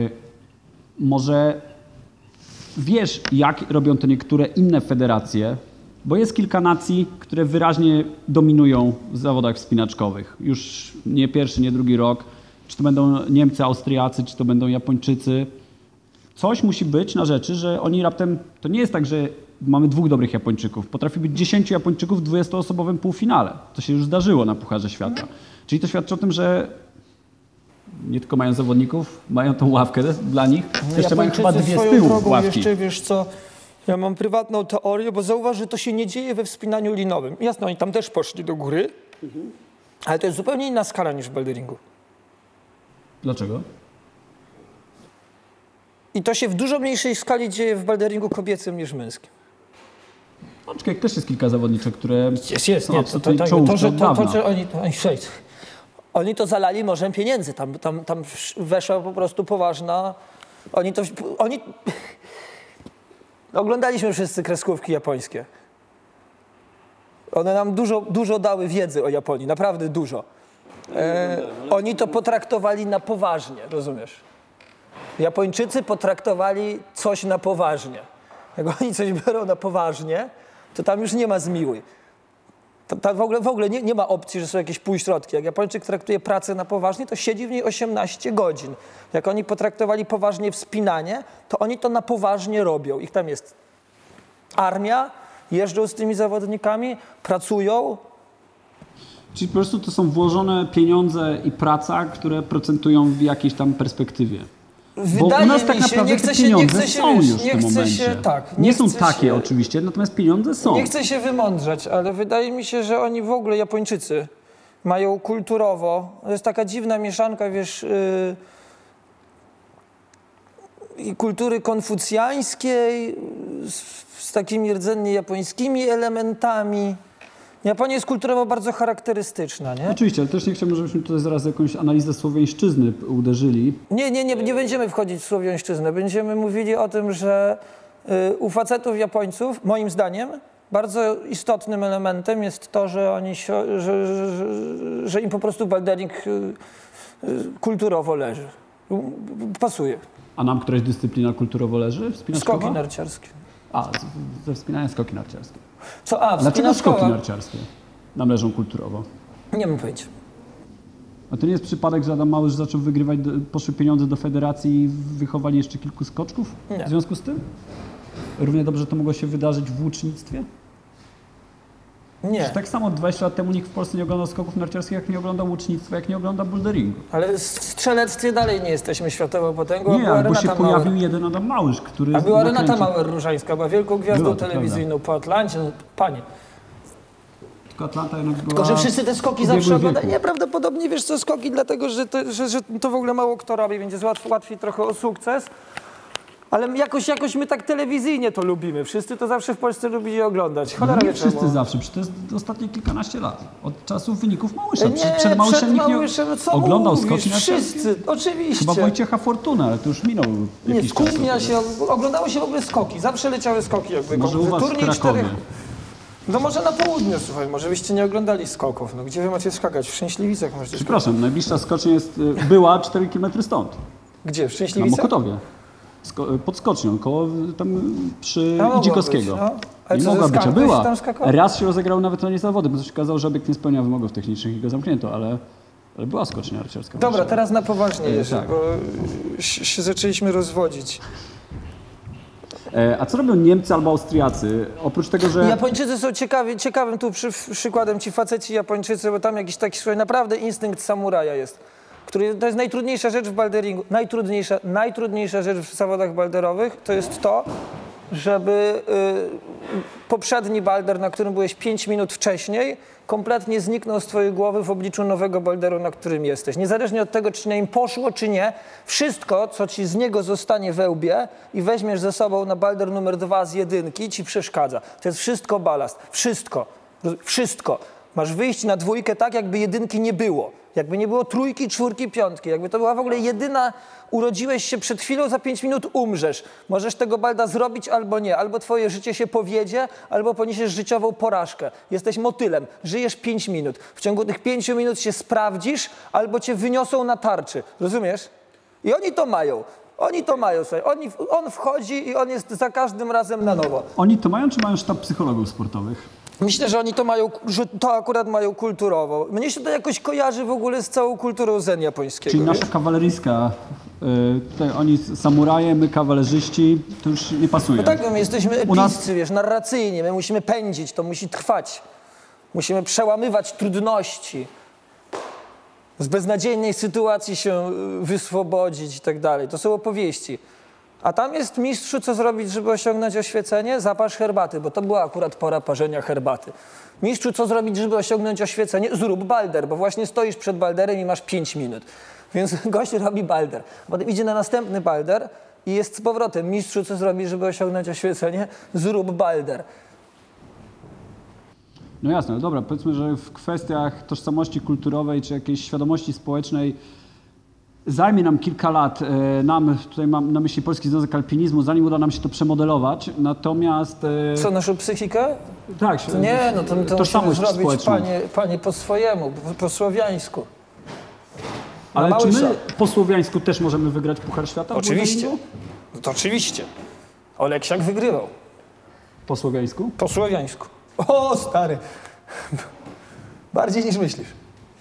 może wiesz, jak robią to niektóre inne federacje, bo jest kilka nacji, które wyraźnie dominują w zawodach wspinaczkowych. Już nie pierwszy, nie drugi rok. Czy to będą Niemcy, Austriacy, czy to będą Japończycy. Coś musi być na rzeczy, że oni raptem... To nie jest tak, że mamy dwóch dobrych Japończyków. Potrafi być dziesięciu Japończyków w dwudziestoosobowym półfinale. To się już zdarzyło na Pucharze Świata. Czyli to świadczy o tym, że nie tylko mają zawodników, mają tą ławkę dla nich, to jeszcze mają chyba dwie z swoją tyłu drogą ławki. jeszcze, wiesz co, ja mam prywatną teorię, bo zauważ, że to się nie dzieje we wspinaniu linowym. Jasno, oni tam też poszli do góry, ale to jest zupełnie inna skala niż w boulderingu. Dlaczego? I to się w dużo mniejszej skali dzieje w boulderingu kobiecym niż męskim. Oczekaj, też jest kilka zawodniczek, które Jest, jest, są nie, to, to, absolutnie to, czołówką to, że, od to, to, dawna. że oni, to, oni, oni to zalali morzem pieniędzy, tam, tam, tam weszła po prostu poważna, oni to, oni, oglądaliśmy wszyscy kreskówki japońskie. One nam dużo, dużo dały wiedzy o Japonii, naprawdę dużo. E, oni to potraktowali na poważnie, rozumiesz? Japończycy potraktowali coś na poważnie. Jak oni coś biorą na poważnie, to tam już nie ma zmiły. To, to w ogóle, w ogóle nie, nie ma opcji, że są jakieś półśrodki. Jak Japończyk traktuje pracę na poważnie, to siedzi w niej osiemnaście godzin. Jak oni potraktowali poważnie wspinanie, to oni to na poważnie robią. Ich tam jest armia, jeżdżą z tymi zawodnikami, pracują. Czyli po prostu to są włożone pieniądze i praca, które procentują w jakiejś tam perspektywie. Bo u Wydaje nas tak mi się, naprawdę nie te chce się, nie pieniądze chce się, są wiesz, już w nie tym chce momencie. się, tak, nie nie są chce takie się, oczywiście, natomiast pieniądze są. Nie chcę się wymądrzać, ale wydaje mi się, że oni w ogóle, Japończycy, mają kulturowo, to jest taka dziwna mieszanka, wiesz, yy, i kultury konfucjańskiej z, z takimi rdzennie japońskimi elementami. Japonia jest kulturowo bardzo charakterystyczna, nie? Oczywiście, ale też nie chciałbym, żebyśmy tutaj zaraz jakąś analizę słowiańszczyzny uderzyli. Nie, nie, nie, nie będziemy wchodzić w słowiańszczyznę. Będziemy mówili o tym, że y, u facetów Japońców, moim zdaniem, bardzo istotnym elementem jest to, że oni się, że, że, że, że im po prostu bouldering y, y, kulturowo leży. Pasuje. A nam któraś dyscyplina kulturowo leży? Wspinaczkowa? Skoki narciarskie. A, z- ze wspinania skoki narciarskie. Co? A, Dlaczego skoki wspinaczkowa? narciarskie nam leżą kulturowo? Nie mam pojęcia. A to nie jest przypadek, że Adam Małysz zaczął wygrywać, do, poszły pieniądze do federacji i wychowali jeszcze kilku skoczków? Nie. W związku z tym? Równie dobrze to mogło się wydarzyć w łucznictwie? Nie. Że tak samo dwadzieścia lat temu nikt w Polsce nie oglądał skoków narciarskich, jak nie ogląda łucznictwa, jak nie ogląda boulderingu. Ale w strzelectwie dalej nie jesteśmy światową potęgą, a Nie, była albo się Renata pojawił Mauer. jeden Adam Małysz, który A była nakręcił- Renata Mauer-Różańska, była wielką gwiazdą Była, to telewizyjną po Atlancie. No, panie. Tylko Atlanta jednak była... Tylko, że wszyscy te skoki w ubiegłym zawsze oglądają. wieku. Nieprawdopodobnie, wiesz co, skoki, dlatego że to, że, że to w ogóle mało kto robi, będzie łatwiej, łatwiej trochę o sukces. Ale jakoś, jakoś my tak telewizyjnie to lubimy. Wszyscy to zawsze w Polsce lubili oglądać. No Cholera nie wie wszyscy czemu. zawsze, przecież to jest ostatnie kilkanaście lat. Od czasów wyników Małysza. Nie, przed, przed Małyszem przed nikt nie Małyszem, co oglądał mówisz? skoczni narciarskie. Wszyscy, oczywiście. Chyba Wojciecha Fortuna, ale to już minął Nie, jakiś z czas. kuchnia się, oglądało się w ogóle skoki. Zawsze leciały skoki jakby. Może u was w Turniej Krakowie. No może na południu, słuchaj, może byście nie oglądali skoków. No gdzie wy macie skakać? W Szczęśliwicach możecie skakać. Przepraszam, najbliższa skocznia jest, y, była cztery kilometry stąd, Gdzie? W na Szczęśliwicach? Mokotowie. Sko- pod skocznią, koło y, tam przy A mogła Idzikowskiego. być, no. Ale Nie co, ze mogła być, a skarbem była. się tam skakało? Raz się rozegrał nawet na nie zawody, bo się okazało, że obiekt nie spełnia wymogów technicznych i go zamknięto, ale, ale była skocznia narciarska. w Dobra, Warszawie. teraz na poważnie, E, Jerzy, tak. bo y, się zaczęliśmy rozwodzić. E, A co robią Niemcy albo Austriacy? Oprócz tego, że... Japończycy są ciekawi, ciekawym tu przy, przykładem, ci faceci Japończycy, bo tam jakiś taki, słuchaj, naprawdę instynkt samuraja jest. Który, to jest najtrudniejsza rzecz w boulderingu, najtrudniejsza, najtrudniejsza rzecz w zawodach boulderowych, to jest to, żeby y, poprzedni boulder, na którym byłeś pięć minut wcześniej, kompletnie zniknął z twojej głowy w obliczu nowego boulderu, na którym jesteś. Niezależnie od tego, czy na nim poszło, czy nie, wszystko, co ci z niego zostanie we łbie i weźmiesz ze sobą na boulder numer dwa z jedynki, ci przeszkadza. To jest wszystko balast. Wszystko. Wszystko. Masz wyjść na dwójkę tak, jakby jedynki nie było. Jakby nie było trójki, czwórki, piątki. Jakby to była w ogóle jedyna, urodziłeś się przed chwilą, za pięć minut umrzesz. Możesz tego balda zrobić albo nie. Albo twoje życie się powiedzie, albo poniesiesz życiową porażkę. Jesteś motylem, żyjesz pięć minut. W ciągu tych pięciu minut się sprawdzisz, albo cię wyniosą na tarczy. Rozumiesz? I oni to mają. Oni to mają, słuchaj. Oni, on wchodzi i on jest za każdym razem na nowo. Oni to mają, czy mają sztab psychologów sportowych? Myślę, że oni to mają, że to akurat mają kulturowo. Mnie się to jakoś kojarzy w ogóle z całą kulturą zen japońskiego. Czyli nasza wiesz? kawaleryjska, y, tutaj oni samuraje, my kawalerzyści, to już nie pasuje. No tak, no my jesteśmy U nas- episcy, wiesz, narracyjnie. My musimy pędzić, to musi trwać. Musimy przełamywać trudności. Z beznadziejnej sytuacji się y, wyswobodzić i tak dalej. To są opowieści. A tam jest mistrzu, co zrobić, żeby osiągnąć oświecenie? Zaparz herbaty, bo to była akurat pora parzenia herbaty. Mistrzu, co zrobić, żeby osiągnąć oświecenie? Zrób balder, bo właśnie stoisz przed balderem i masz pięć minut. Więc gość robi balder. Potem idzie na następny balder i jest z powrotem. Mistrzu, co zrobić, żeby osiągnąć oświecenie? Zrób balder. No jasne, no dobra, powiedzmy, że w kwestiach tożsamości kulturowej czy jakiejś świadomości społecznej zajmie nam kilka lat, e, nam, tutaj mam na myśli Polski Związek Alpinizmu, zanim uda nam się to przemodelować, natomiast... e, Co, naszą psychikę? Tak, Nie, no to, to musimy tożsamość zrobić, społeczną. panie, panie, po swojemu, po, po słowiańsku. Na Ale czy my Małysza. po słowiańsku też możemy wygrać Puchar Świata? w Oczywiście. boulderingu? No to oczywiście. Oleksiak wygrywał. Po słowiańsku? Po słowiańsku. O, stary. Bardziej niż myślisz.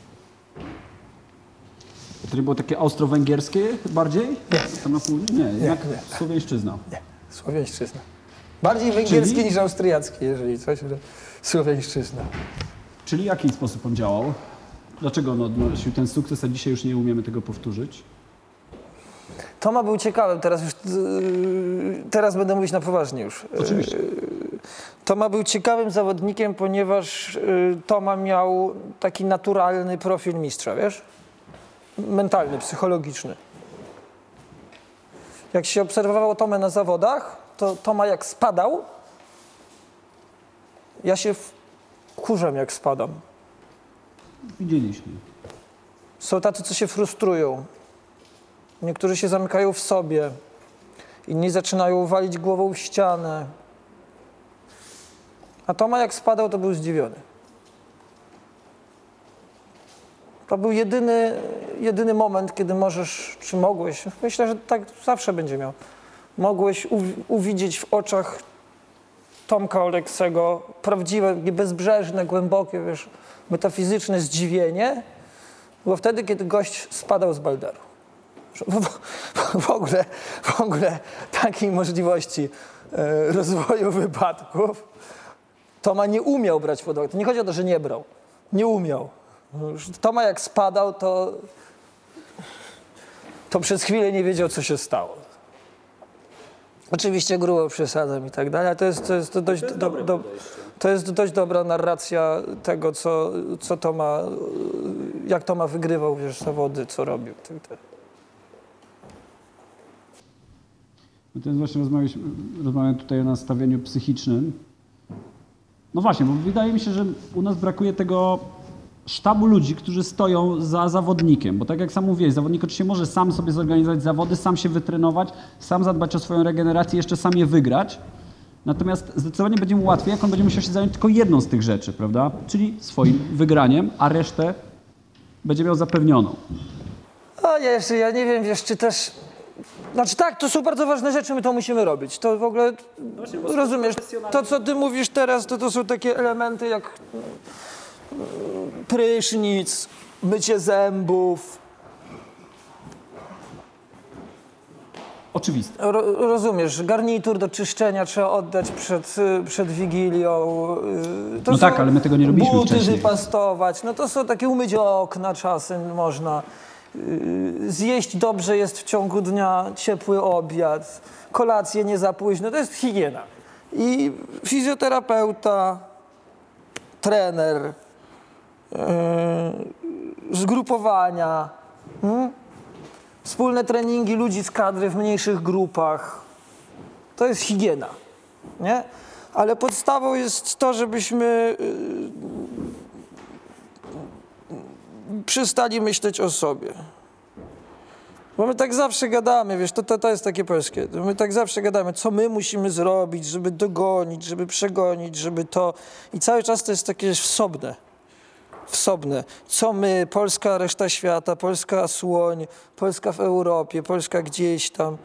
To nie było takie austro-węgierskie bardziej? Nie. Tam na południu? Nie, jednak nie. słowiańszczyzna. Nie, słowiańszczyzna. Bardziej węgierskie Czyli? niż austriackie, jeżeli coś, że słowiańszczyzna. Czyli w jaki sposób on działał? Dlaczego on odnosił ten sukces, a dzisiaj już nie umiemy tego powtórzyć? Toma był ciekawym, teraz już, yy, teraz będę mówić na poważnie już. Oczywiście. Toma był ciekawym zawodnikiem, ponieważ y, Toma miał taki naturalny profil mistrza, wiesz? Mentalny, psychologiczny. Jak się obserwowało Tomę na zawodach, to Toma jak spadał, ja się wkurzam jak spadam. Widzieliśmy. Są tacy, co się frustrują. Niektórzy się zamykają w sobie. Inni zaczynają walić głową w ścianę. A Toma jak spadał, to był zdziwiony. To był jedyny, jedyny moment, kiedy możesz, czy mogłeś, myślę, że tak zawsze będzie miał, mogłeś u, uwidzieć w oczach Tomka Oleksego prawdziwe, bezbrzeżne, głębokie, wiesz, metafizyczne zdziwienie, było wtedy, kiedy gość spadał z balderu. W, w, w, ogóle, w ogóle takiej możliwości e, rozwoju wypadków Toma nie umiał brać pod uwagę. To nie chodzi o to, że nie brał. Nie umiał. Już Toma jak spadał, to, to przez chwilę nie wiedział, co się stało. Oczywiście grubo przesadzam i tak dalej, ale to jest, to jest, to dość, do, do, to jest dość dobra narracja tego, co, co Toma, jak Toma wygrywał, wiesz, zawody, co robił. Tak, tak. No to jest właśnie rozmawiać, rozmawiamy tutaj o nastawieniu psychicznym. No właśnie, bo wydaje mi się, że u nas brakuje tego sztabu ludzi, którzy stoją za zawodnikiem, bo tak jak sam mówiłeś, zawodnik oczywiście może sam sobie zorganizować zawody, sam się wytrenować, sam zadbać o swoją regenerację, jeszcze sam je wygrać. Natomiast zdecydowanie będzie mu łatwiej, jak on będzie musiał się zająć tylko jedną z tych rzeczy, prawda? Czyli swoim wygraniem, a resztę będzie miał zapewnioną. O jeszcze, ja nie wiem, wiesz, czy też... Znaczy tak, to są bardzo ważne rzeczy, my to musimy robić. To w ogóle, no rozumiesz, to co ty mówisz teraz, to to są takie elementy jak prysznic, mycie zębów. Oczywiste. Ro, rozumiesz, garnitur do czyszczenia trzeba oddać przed, przed Wigilią. To no tak, ale my tego nie robiliśmy buty wcześniej. wypastować, no to są takie umyć okna czasem można. Zjeść dobrze jest w ciągu dnia, ciepły obiad, kolację nie za późno, to jest higiena. I fizjoterapeuta, trener, yy, zgrupowania, hmm? wspólne treningi ludzi z kadry w mniejszych grupach. To jest higiena, nie? Ale podstawą jest to, żebyśmy yy, przestali myśleć o sobie. Bo my tak zawsze gadamy, wiesz, to, to, to jest takie polskie. My tak zawsze gadamy, co my musimy zrobić, żeby dogonić, żeby przegonić, żeby to... I cały czas to jest takie wsobne. Wsobne. Co my, Polska, reszta świata, Polska słoń, Polska w Europie, Polska gdzieś tam.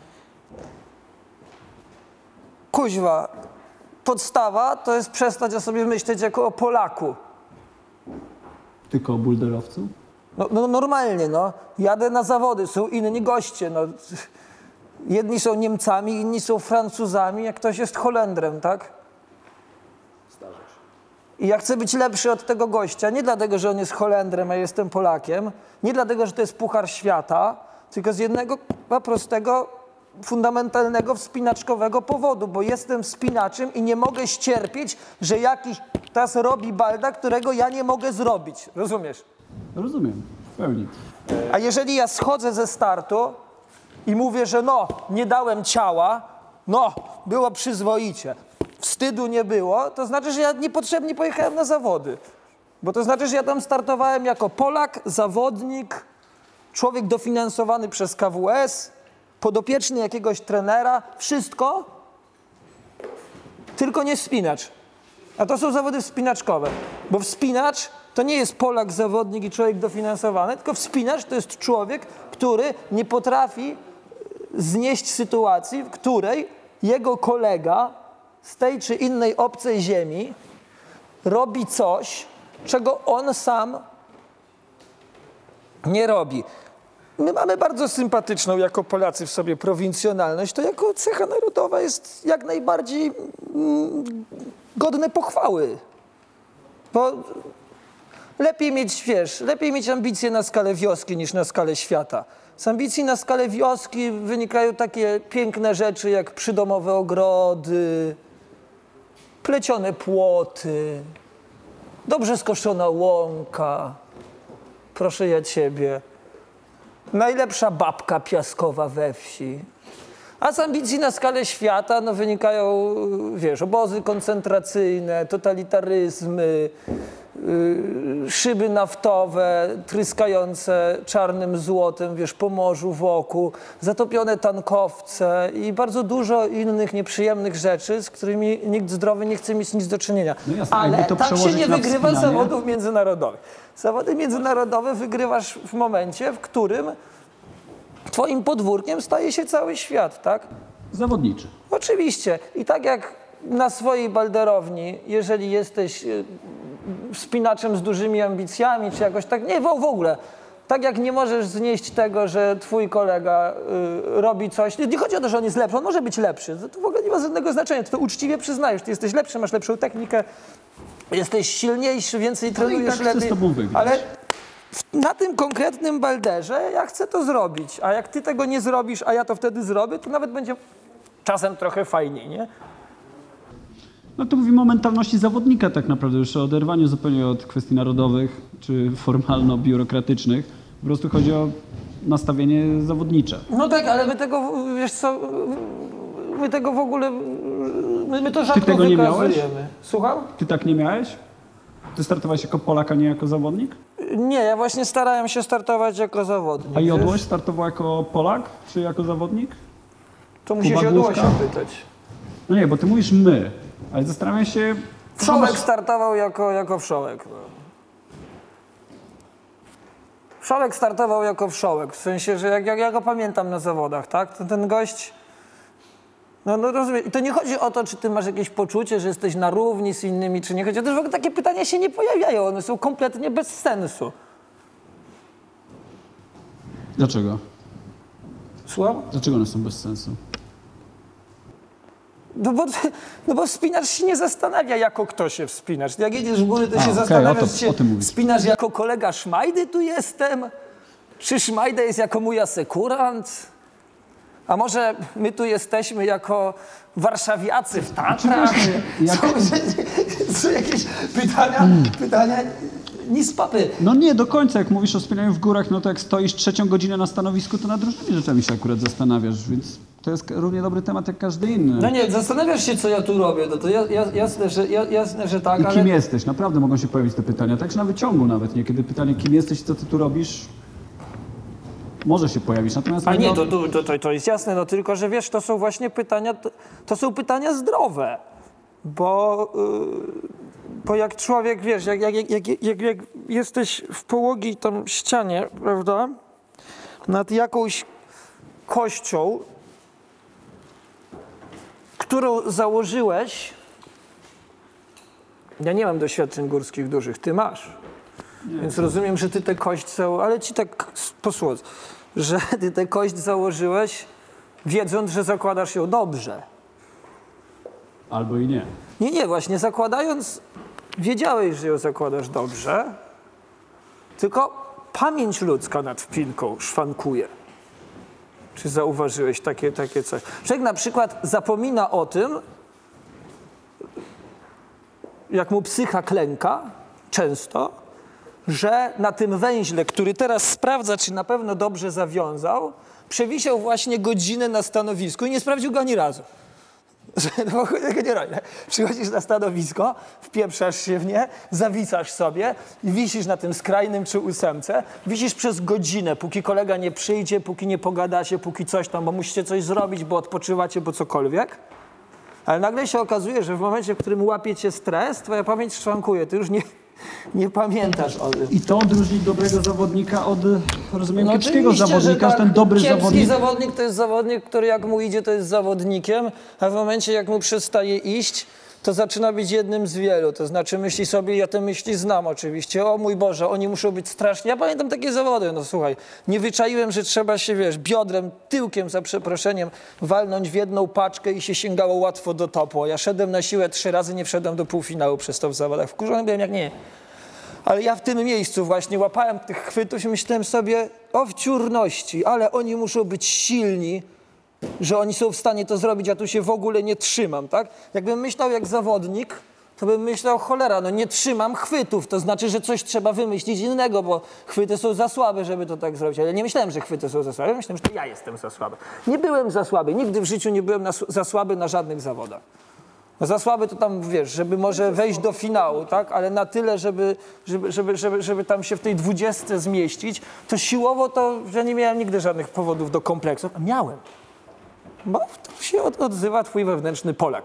Kuźwa, podstawa to jest przestać o sobie myśleć jako o Polaku. Tylko o bulderowcu? No, no normalnie, no. Jadę na zawody, są inni goście, no. Jedni są Niemcami, inni są Francuzami, jak ktoś jest Holendrem, tak? Zdarza się. I ja chcę być lepszy od tego gościa, nie dlatego, że on jest Holendrem, a ja jestem Polakiem, nie dlatego, że to jest Puchar Świata, tylko z jednego prostego, fundamentalnego, wspinaczkowego powodu, bo jestem wspinaczem i nie mogę ścierpieć, że jakiś tas robi balda, którego ja nie mogę zrobić. Rozumiesz? Rozumiem, w pełni. A jeżeli ja schodzę ze startu i mówię, że no, nie dałem ciała, no, było przyzwoicie, wstydu nie było, to znaczy, że ja niepotrzebnie pojechałem na zawody. Bo to znaczy, że ja tam startowałem jako Polak, zawodnik, człowiek dofinansowany przez K W S, podopieczny jakiegoś trenera, wszystko, tylko nie wspinacz. A to są zawody wspinaczkowe, bo wspinacz to nie jest Polak, zawodnik i człowiek dofinansowany, tylko wspinacz to jest człowiek, który nie potrafi znieść sytuacji, w której jego kolega z tej czy innej obcej ziemi robi coś, czego on sam nie robi. My mamy bardzo sympatyczną jako Polacy w sobie prowincjonalność, to jako cecha narodowa jest jak najbardziej mm, godne pochwały. Bo lepiej mieć, wiesz, lepiej mieć ambicje na skalę wioski niż na skalę świata. Z ambicji na skalę wioski wynikają takie piękne rzeczy jak przydomowe ogrody, plecione płoty, dobrze skoszona łąka, proszę ja ciebie, najlepsza babka piaskowa we wsi. A z ambicji na skalę świata no, wynikają, wiesz, obozy koncentracyjne, totalitaryzmy, yy, szyby naftowe tryskające czarnym złotem, wiesz, po morzu wokół, zatopione tankowce i bardzo dużo innych nieprzyjemnych rzeczy, z którymi nikt zdrowy nie chce mieć nic do czynienia. No jasne, ale jakby to tak się przełożyć nie na wygrywa wspinanie? zawodów międzynarodowych. Zawody międzynarodowe wygrywasz w momencie, w którym twoim podwórkiem staje się cały świat, tak? Zawodniczy. Oczywiście. I tak jak na swojej balderowni, jeżeli jesteś y, wspinaczem z dużymi ambicjami, czy jakoś tak, nie, w, w ogóle. Tak jak nie możesz znieść tego, że twój kolega y, robi coś, nie, nie chodzi o to, że on jest lepszy, on może być lepszy, to, to w ogóle nie ma żadnego znaczenia, ty to uczciwie przyznajesz, ty jesteś lepszy, masz lepszą technikę, jesteś silniejszy, więcej Ale i trenujesz tak chcę lepiej. z tobą wygrać. Ale w- na tym konkretnym balderze ja chcę to zrobić, a jak ty tego nie zrobisz, a ja to wtedy zrobię, to nawet będzie czasem trochę fajniej, nie? No to mówimy o mentalności zawodnika tak naprawdę, już o oderwaniu zupełnie od kwestii narodowych czy formalno-biurokratycznych. Po prostu chodzi o nastawienie zawodnicze. No tak, ale my tego, wiesz co, my tego w ogóle, my, my to rzadko tego nie wykazujemy. miałeś? Słucham? Ty tak nie miałeś? Ty startowałeś jako Polak, a nie jako zawodnik? Nie, ja właśnie starałem się startować jako zawodnik. A wiesz? Jodłoś startował jako Polak, czy jako zawodnik? To musisz Kuba Jodłosia Główka? pytać. No nie, bo ty mówisz my, ale zastanawiam się... Wszołek startował jako, jako Wszołek. No. Wszołek startował jako Wszołek, w sensie, że jak, jak ja go pamiętam na zawodach, tak? To ten gość... No, no rozumiem. I to nie chodzi o to, czy ty masz jakieś poczucie, że jesteś na równi z innymi, czy nie chodzi o to, że w ogóle takie pytania się nie pojawiają. One są kompletnie bez sensu. Dlaczego? Słucham? Dlaczego one są bez sensu? No bo, no bo wspinacz się nie zastanawia, jako kto się wspinasz. Jak jedziesz w góry, to A, się okej, zastanawiasz, o to- się o tym mówisz. wspinasz jako kolega Szmajdy tu jestem? Czy Szmajda jest jako mój asekurant? A może my tu jesteśmy jako warszawiacy w Tatrach? jak- Są, są jakieś pytania, pytania ni z papy. No nie, do końca. Jak mówisz o spinaniu w górach, no to jak stoisz trzecią godzinę na stanowisku, to nad różnymi rzeczami się akurat zastanawiasz, więc to jest równie dobry temat jak każdy inny. No nie, zastanawiasz się, co ja tu robię, no to ja, ja, jasne, że, ja, jasne, że tak, I ale... kim jesteś? Naprawdę mogą się pojawić te pytania. Także na wyciągu nawet, nie? Kiedy pytanie, kim jesteś i co ty tu robisz, może się pojawić. Natomiast A nie, no, to, to, to, to jest jasne, no tylko, że wiesz, to są właśnie pytania, to, to są pytania zdrowe, bo, yy, bo jak człowiek, wiesz, jak, jak, jak, jak, jak jesteś w połogi tam ścianie, prawda, nad jakąś kością, którą założyłeś, ja nie mam doświadczeń górskich dużych, ty masz. Więc rozumiem, że ty tę kość założyłeś, ale ci tak posłuchaj, że ty tę kość założyłeś, wiedząc, że zakładasz ją dobrze. albo i nie. Nie, nie, właśnie zakładając, wiedziałeś, że ją zakładasz dobrze, tylko pamięć ludzka nad wpinką szwankuje. Czy zauważyłeś takie, takie coś? Człowiek na przykład zapomina o tym, jak mu psycha klęka, często, że na tym węźle, który teraz sprawdza, czy na pewno dobrze zawiązał, przewisiał właśnie godzinę na stanowisku i nie sprawdził go ani razu. Że no, tego nie robię. Przychodzisz na stanowisko, wpieprzasz się w nie, zawisasz sobie i wisisz na tym skrajnym czy ósemce, wisisz przez godzinę, póki kolega nie przyjdzie, póki nie pogadacie, póki coś tam, bo musicie coś zrobić, bo odpoczywacie, bo cokolwiek. Ale nagle się okazuje, że w momencie, w którym łapie cię stres, twoja pamięć szwankuje. Ty już nie, nie pamiętasz o tym. I to odróżni dobrego zawodnika od, rozumiem, No kiepskiego oczywiście, zawodnika, że że ten dobry Kiepski zawodnik... zawodnik to jest zawodnik, który jak mu idzie, to jest zawodnikiem, a w momencie, jak mu przestaje iść, to zaczyna być jednym z wielu. To znaczy myśli sobie, ja te myśli znam oczywiście, o mój Boże, oni muszą być straszni. Ja pamiętam takie zawody, no słuchaj, nie wyczaiłem, że trzeba się, wiesz, biodrem, tyłkiem, za przeproszeniem, walnąć w jedną paczkę i się sięgało łatwo do topu. Ja szedłem na siłę trzy razy, nie wszedłem do półfinału przez to w zawodach. Wkurzony byłem jak nie. Ale ja w tym miejscu właśnie łapałem tych chwytów i myślałem sobie o wciórności, ale oni muszą być silni, że oni są w stanie to zrobić, ja tu się w ogóle nie trzymam, tak? Jakbym myślał jak zawodnik, to bym myślał, cholera, no nie trzymam chwytów, to znaczy, że coś trzeba wymyślić innego, bo chwyty są za słabe, żeby to tak zrobić. Ale ja nie myślałem, że chwyty są za słabe, myślałem, że to ja jestem za słaby. Nie byłem za słaby, nigdy w życiu nie byłem na, za słaby na żadnych zawodach. No za słaby to tam, wiesz, żeby może wejść do finału, tak? Ale na tyle, żeby, żeby, żeby, żeby, żeby tam się w tej dwudziestce zmieścić, to siłowo to, że nie miałem nigdy żadnych powodów do kompleksów. A miałem. Bo to się od, odzywa twój wewnętrzny Polak.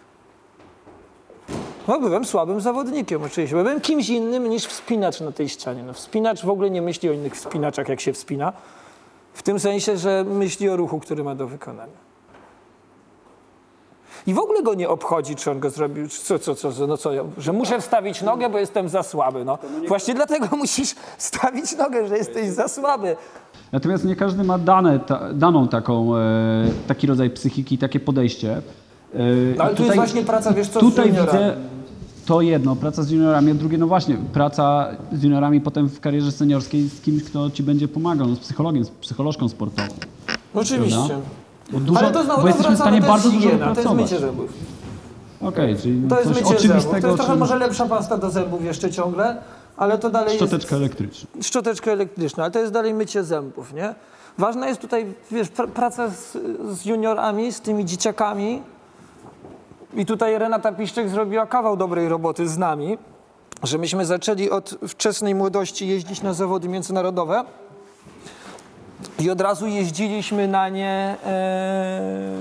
No byłem słabym zawodnikiem oczywiście, bo byłem kimś innym niż wspinacz na tej ścianie. No, wspinacz w ogóle nie myśli o innych wspinaczach, jak się wspina. W tym sensie, że myśli o ruchu, który ma do wykonania. I w ogóle go nie obchodzi, czy on go zrobił, co, co, co, no co, że muszę wstawić nogę, bo jestem za słaby. No. Właśnie dlatego musisz stawić nogę, że jesteś za słaby. Natomiast nie każdy ma dane, ta, daną taką, e, taki rodzaj psychiki, takie podejście. E, No ale tu jest właśnie praca, wiesz co, z Tutaj juniorami. widzę, to jedno, praca z juniorami, a drugie, no właśnie, praca z juniorami potem w karierze seniorskiej z kimś, kto ci będzie pomagał, no, z psychologiem, z psycholożką sportową. Oczywiście. Prawda? Bo, dużo, Ale to znowu bo jesteśmy w stanie to jest bardzo dużo higiena, to jest pracować. mycie zębów. Okej, okay, czyli To jest coś mycie zębów. oczywistego. To jest trochę czym... może lepsza pasta do zębów jeszcze ciągle, ale to dalej Szczoteczka jest... elektryczna. Szczoteczka elektryczna, ale to jest dalej mycie zębów, nie? Ważna jest tutaj, wiesz, pr praca z, z juniorami, z tymi dzieciakami. I tutaj Renata Piszczek zrobiła kawał dobrej roboty z nami, że myśmy zaczęli od wczesnej młodości jeździć na zawody międzynarodowe i od razu jeździliśmy na nie, e,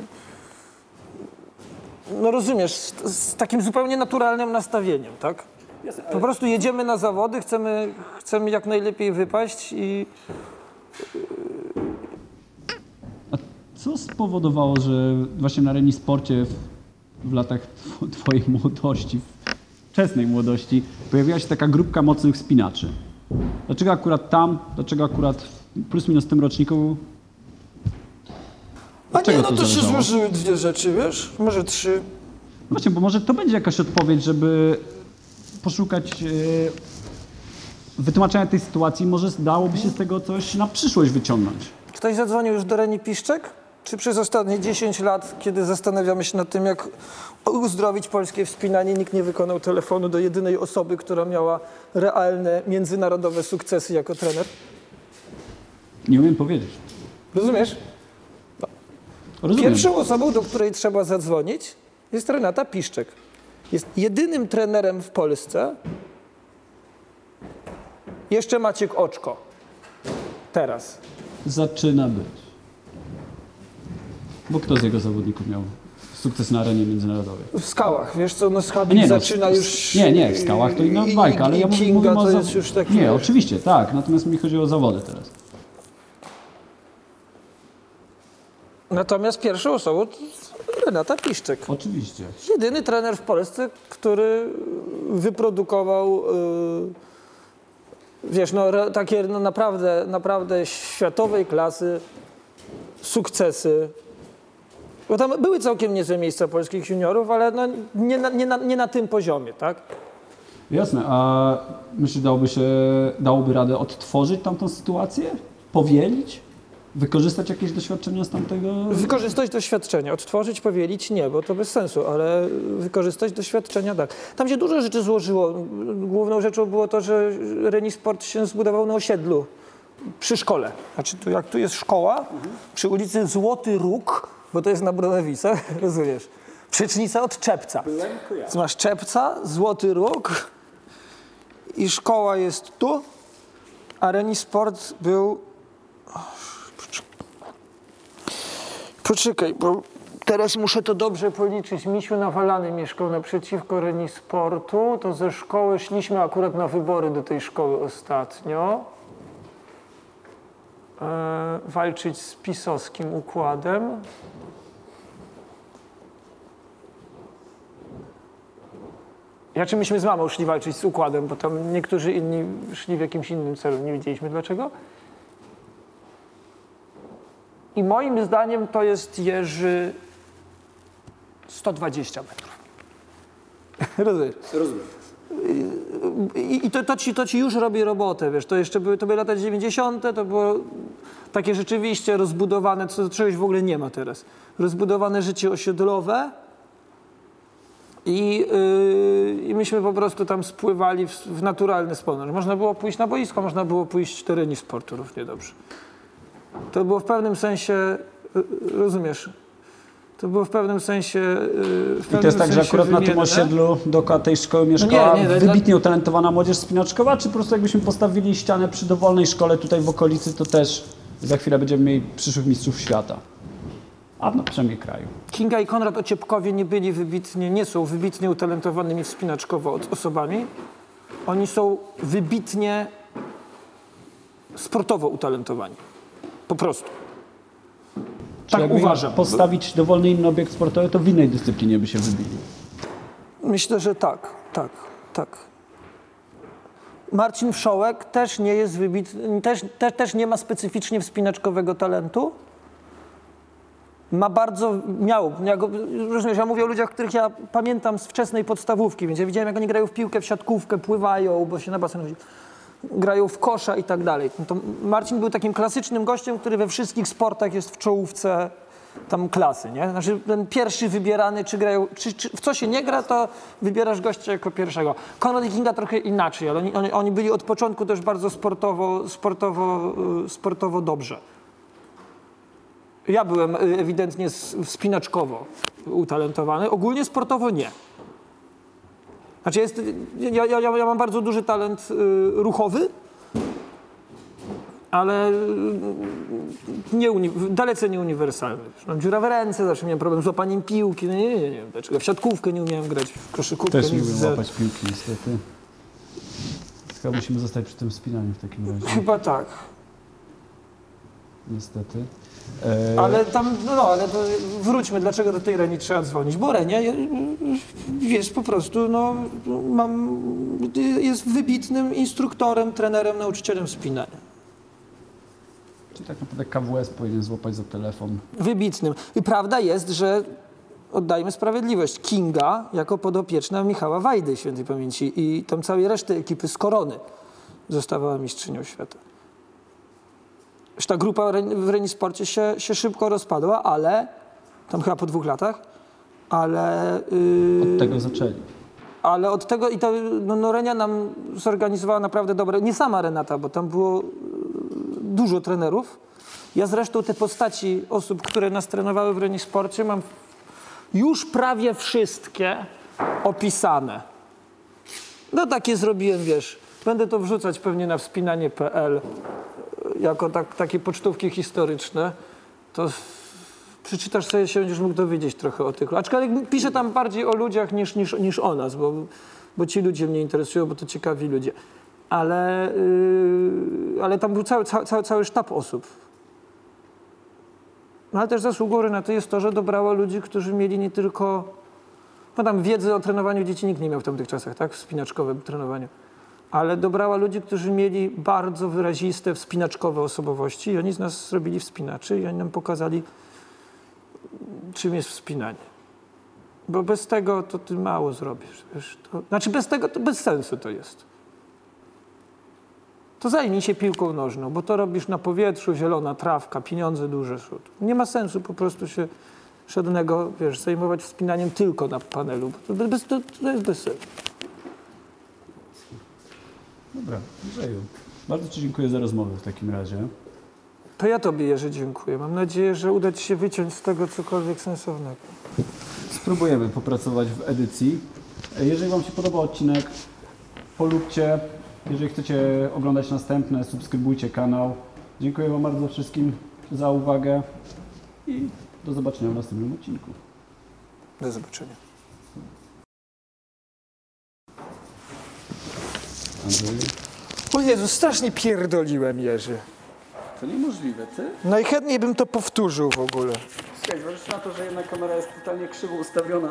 no rozumiesz, z, z takim zupełnie naturalnym nastawieniem, tak? Po prostu jedziemy na zawody, chcemy, chcemy jak najlepiej wypaść i... A co spowodowało, że właśnie na Renisporcie w, w latach tw twojej młodości, wczesnej młodości, pojawiła się taka grupka mocnych wspinaczy? Dlaczego akurat tam, dlaczego akurat plus minus w tym roczniku? A nie, no to, to się zależało? złożyły dwie rzeczy, wiesz? Może trzy. Właśnie, bo może to będzie jakaś odpowiedź, żeby poszukać e, wytłumaczenia tej sytuacji. Może dałoby się z tego coś na przyszłość wyciągnąć. Ktoś zadzwonił już do Reni Piszczek? Czy przez ostatnie dziesięć lat, kiedy zastanawiamy się nad tym, jak uzdrowić polskie wspinanie, nikt nie wykonał telefonu do jedynej osoby, która miała realne, międzynarodowe sukcesy jako trener? Nie umiem powiedzieć. Rozumiesz? Rozumiem. Pierwszą osobą, do której trzeba zadzwonić, jest Renata Piszczek. Jest jedynym trenerem w Polsce. Jeszcze Maciek Oczko. Teraz. Zaczyna być. Bo kto z jego zawodników miał sukces na arenie międzynarodowej? W skałach, wiesz co, no Schabik Nie, no, zaczyna w- już... Nie, nie, w skałach to inna i- bajka, ale i ja mówię, Kinga mówię o to zaw- jest już taki... Nie, wiesz, oczywiście, tak, natomiast mi chodzi o zawody teraz. Natomiast pierwszą osobą to jest Renata Piszczek. Oczywiście. Jedyny trener w Polsce, który wyprodukował, yy, wiesz, no re, takie no, naprawdę, naprawdę światowej klasy sukcesy. Bo tam były całkiem niezłe miejsca polskich juniorów, ale no, nie, na, nie, na, nie na tym poziomie, tak? Jasne, a myślisz, dałoby się, dałoby radę odtworzyć tamtą sytuację? Powielić? Wykorzystać jakieś doświadczenia z tamtego? Wykorzystać doświadczenia, odtworzyć, powielić nie, bo to bez sensu, ale wykorzystać doświadczenia tak. Tam się dużo rzeczy złożyło. Główną rzeczą było to, że Renisport się zbudował na osiedlu przy szkole. Znaczy tu, jak tu jest szkoła, mhm. przy ulicy Złoty Róg, bo to jest na Bronowicach, rozumiesz? Przecznica od Czepca. Więc masz Czepca, Złoty Róg i szkoła jest tu, a Renisport był... Poczekaj, bo teraz muszę to dobrze policzyć. Misiu Nawalany mieszkał naprzeciwko Renisportu. To ze szkoły szliśmy akurat na wybory do tej szkoły ostatnio. E, walczyć z pisowskim układem. Ja czy myśmy z mamą szli walczyć z układem, bo tam niektórzy inni szli w jakimś innym celu. Nie wiedzieliśmy dlaczego. I moim zdaniem to jest Jerzy sto dwadzieścia metrów. Rozumiesz? Rozumiem. I, i to, to, ci, to ci już robi robotę, wiesz, to jeszcze były, to były lata dziewięćdziesiąte, to było takie rzeczywiście rozbudowane, co czegoś w ogóle nie ma teraz, rozbudowane życie osiedlowe i, yy, i myśmy po prostu tam spływali w, w naturalny sposób. Można było pójść na boisko, można było pójść do Renisportu równie dobrze. To było w pewnym sensie, rozumiesz, to było w pewnym sensie... W pewnym I to jest tak, że akurat na tym wymienne. osiedlu dookoła tej szkoły mieszkała No nie, nie, wybitnie dla- utalentowana młodzież spinaczkowa, czy po prostu jakbyśmy postawili ścianę przy dowolnej szkole tutaj w okolicy, to też za chwilę będziemy mieli przyszłych mistrzów świata. A no przynajmniej kraju. Kinga i Konrad Ociepkowie nie byli wybitnie, nie są wybitnie utalentowanymi wspinaczkowo od- osobami. Oni są wybitnie sportowo utalentowani. Po prostu. Czy Tak jakby uważam. postawić dowolny inny obiekt sportowy, to w innej dyscyplinie by się wybili. Myślę, że tak, tak, tak. Marcin Wszołek też nie jest wybitny, też, też, też nie ma specyficznie wspinaczkowego talentu. ma bardzo, miał, ja go, rozumiesz, ja mówię o ludziach, których ja pamiętam z wczesnej podstawówki, więc ja widziałem, jak oni grają w piłkę, w siatkówkę, pływają, bo się na basen chodzi, grają w kosza i tak dalej. No to Marcin był takim klasycznym gościem, który we wszystkich sportach jest w czołówce tam klasy, nie? Znaczy ten pierwszy wybierany, czy grają, czy, czy w co się nie gra, to wybierasz gościa jako pierwszego. Konrad i Kinga trochę inaczej, ale oni, oni, oni byli od początku też bardzo sportowo, sportowo, y, sportowo dobrze. Ja byłem y, ewidentnie s- wspinaczkowo utalentowany, ogólnie sportowo nie. Znaczy jest, ja, ja, ja mam bardzo duży talent y, ruchowy, ale nie uni- dalece nieuniwersalny. Mam dziurawe ręce, zawsze miałem problem z łapaniem piłki. No nie, nie, nie, nie wiem dlaczego. W siatkówkę nie umiałem grać, w koszykówkę. Też nie nic umiem za- łapać piłki niestety. Chyba musimy zostać przy tym spinaniu w takim razie, Chyba tak. niestety. E, Ale tam, no, no ale to wróćmy, dlaczego do tej Reni trzeba dzwonić? Bo Renia jest po prostu, no, mam, jest wybitnym instruktorem, trenerem, nauczycielem spinania. Czyli tak naprawdę K W S powinien złapać za telefon. Wybitnym. I prawda jest, że oddajmy sprawiedliwość. Kinga jako podopieczna Michała Wajdy, świętej pamięci, i tam całej reszty ekipy z Korony zostawała mistrzynią świata. Już ta grupa w Renisporcie się, się szybko rozpadła, ale tam chyba po dwóch latach, ale... Yy, Od tego zaczęli. ale od tego i to no, no Renia nam zorganizowała naprawdę dobre, nie sama Renata, bo tam było y, dużo trenerów. Ja zresztą te postaci osób, które nas trenowały w Renisporcie, mam już prawie wszystkie opisane. No takie zrobiłem, wiesz, będę to wrzucać pewnie na wspinanie kropka pe el jako tak, takie pocztówki historyczne. To przeczytasz sobie, się będziesz mógł dowiedzieć trochę o tych. Aczkolwiek piszę tam bardziej o ludziach niż, niż, niż o nas, bo, bo ci ludzie mnie interesują, bo to ciekawi ludzie. Ale, yy, ale tam był cały, cały, cały sztab osób. No ale też zasługą Renaty jest to, że dobrała ludzi, którzy mieli nie tylko... No tam wiedzy o trenowaniu dzieci nikt nie miał w tamtych czasach, tak? W wspinaczkowym trenowaniu. Ale dobrała ludzi, którzy mieli bardzo wyraziste wspinaczkowe osobowości i oni z nas zrobili wspinaczy i oni nam pokazali, czym jest wspinanie. Bo bez tego to ty mało zrobisz. Wiesz, to, znaczy bez tego to bez sensu to jest. To zajmij się piłką nożną, bo to robisz na powietrzu, zielona trawka, pieniądze duże. Nie ma sensu po prostu się żadnego, wiesz, zajmować wspinaniem tylko na panelu. To, bez, to, to jest bez sensu. Dobra, Andrzeju, bardzo Ci dziękuję za rozmowę w takim razie. To ja Tobie, Jerzy, dziękuję. Mam nadzieję, że uda Ci się wyciąć z tego cokolwiek sensownego. Spróbujemy popracować w edycji. Jeżeli Wam się podoba odcinek, polubcie. Jeżeli chcecie oglądać następne, subskrybujcie kanał. Dziękuję Wam bardzo wszystkim za uwagę i do zobaczenia w następnym odcinku. Do zobaczenia. Andrzej? O Jezu, strasznie pierdoliłem, Jerzy. To niemożliwe, Ty? Najchętniej bym to powtórzył w ogóle. Słuchaj, zważywszy na to, że jedna kamera jest totalnie krzywo ustawiona.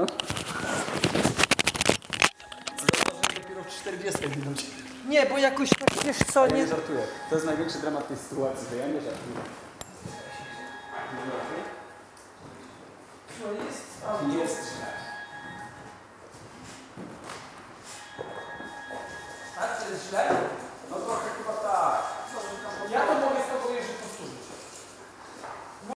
Zauważyłem dopiero w czterdziestej minucie. Nie, bo jakoś tak, wiesz co, Ja nie nie... żartuję. To jest największy dramat tej sytuacji, to ja nie żartuję. To jest... Jest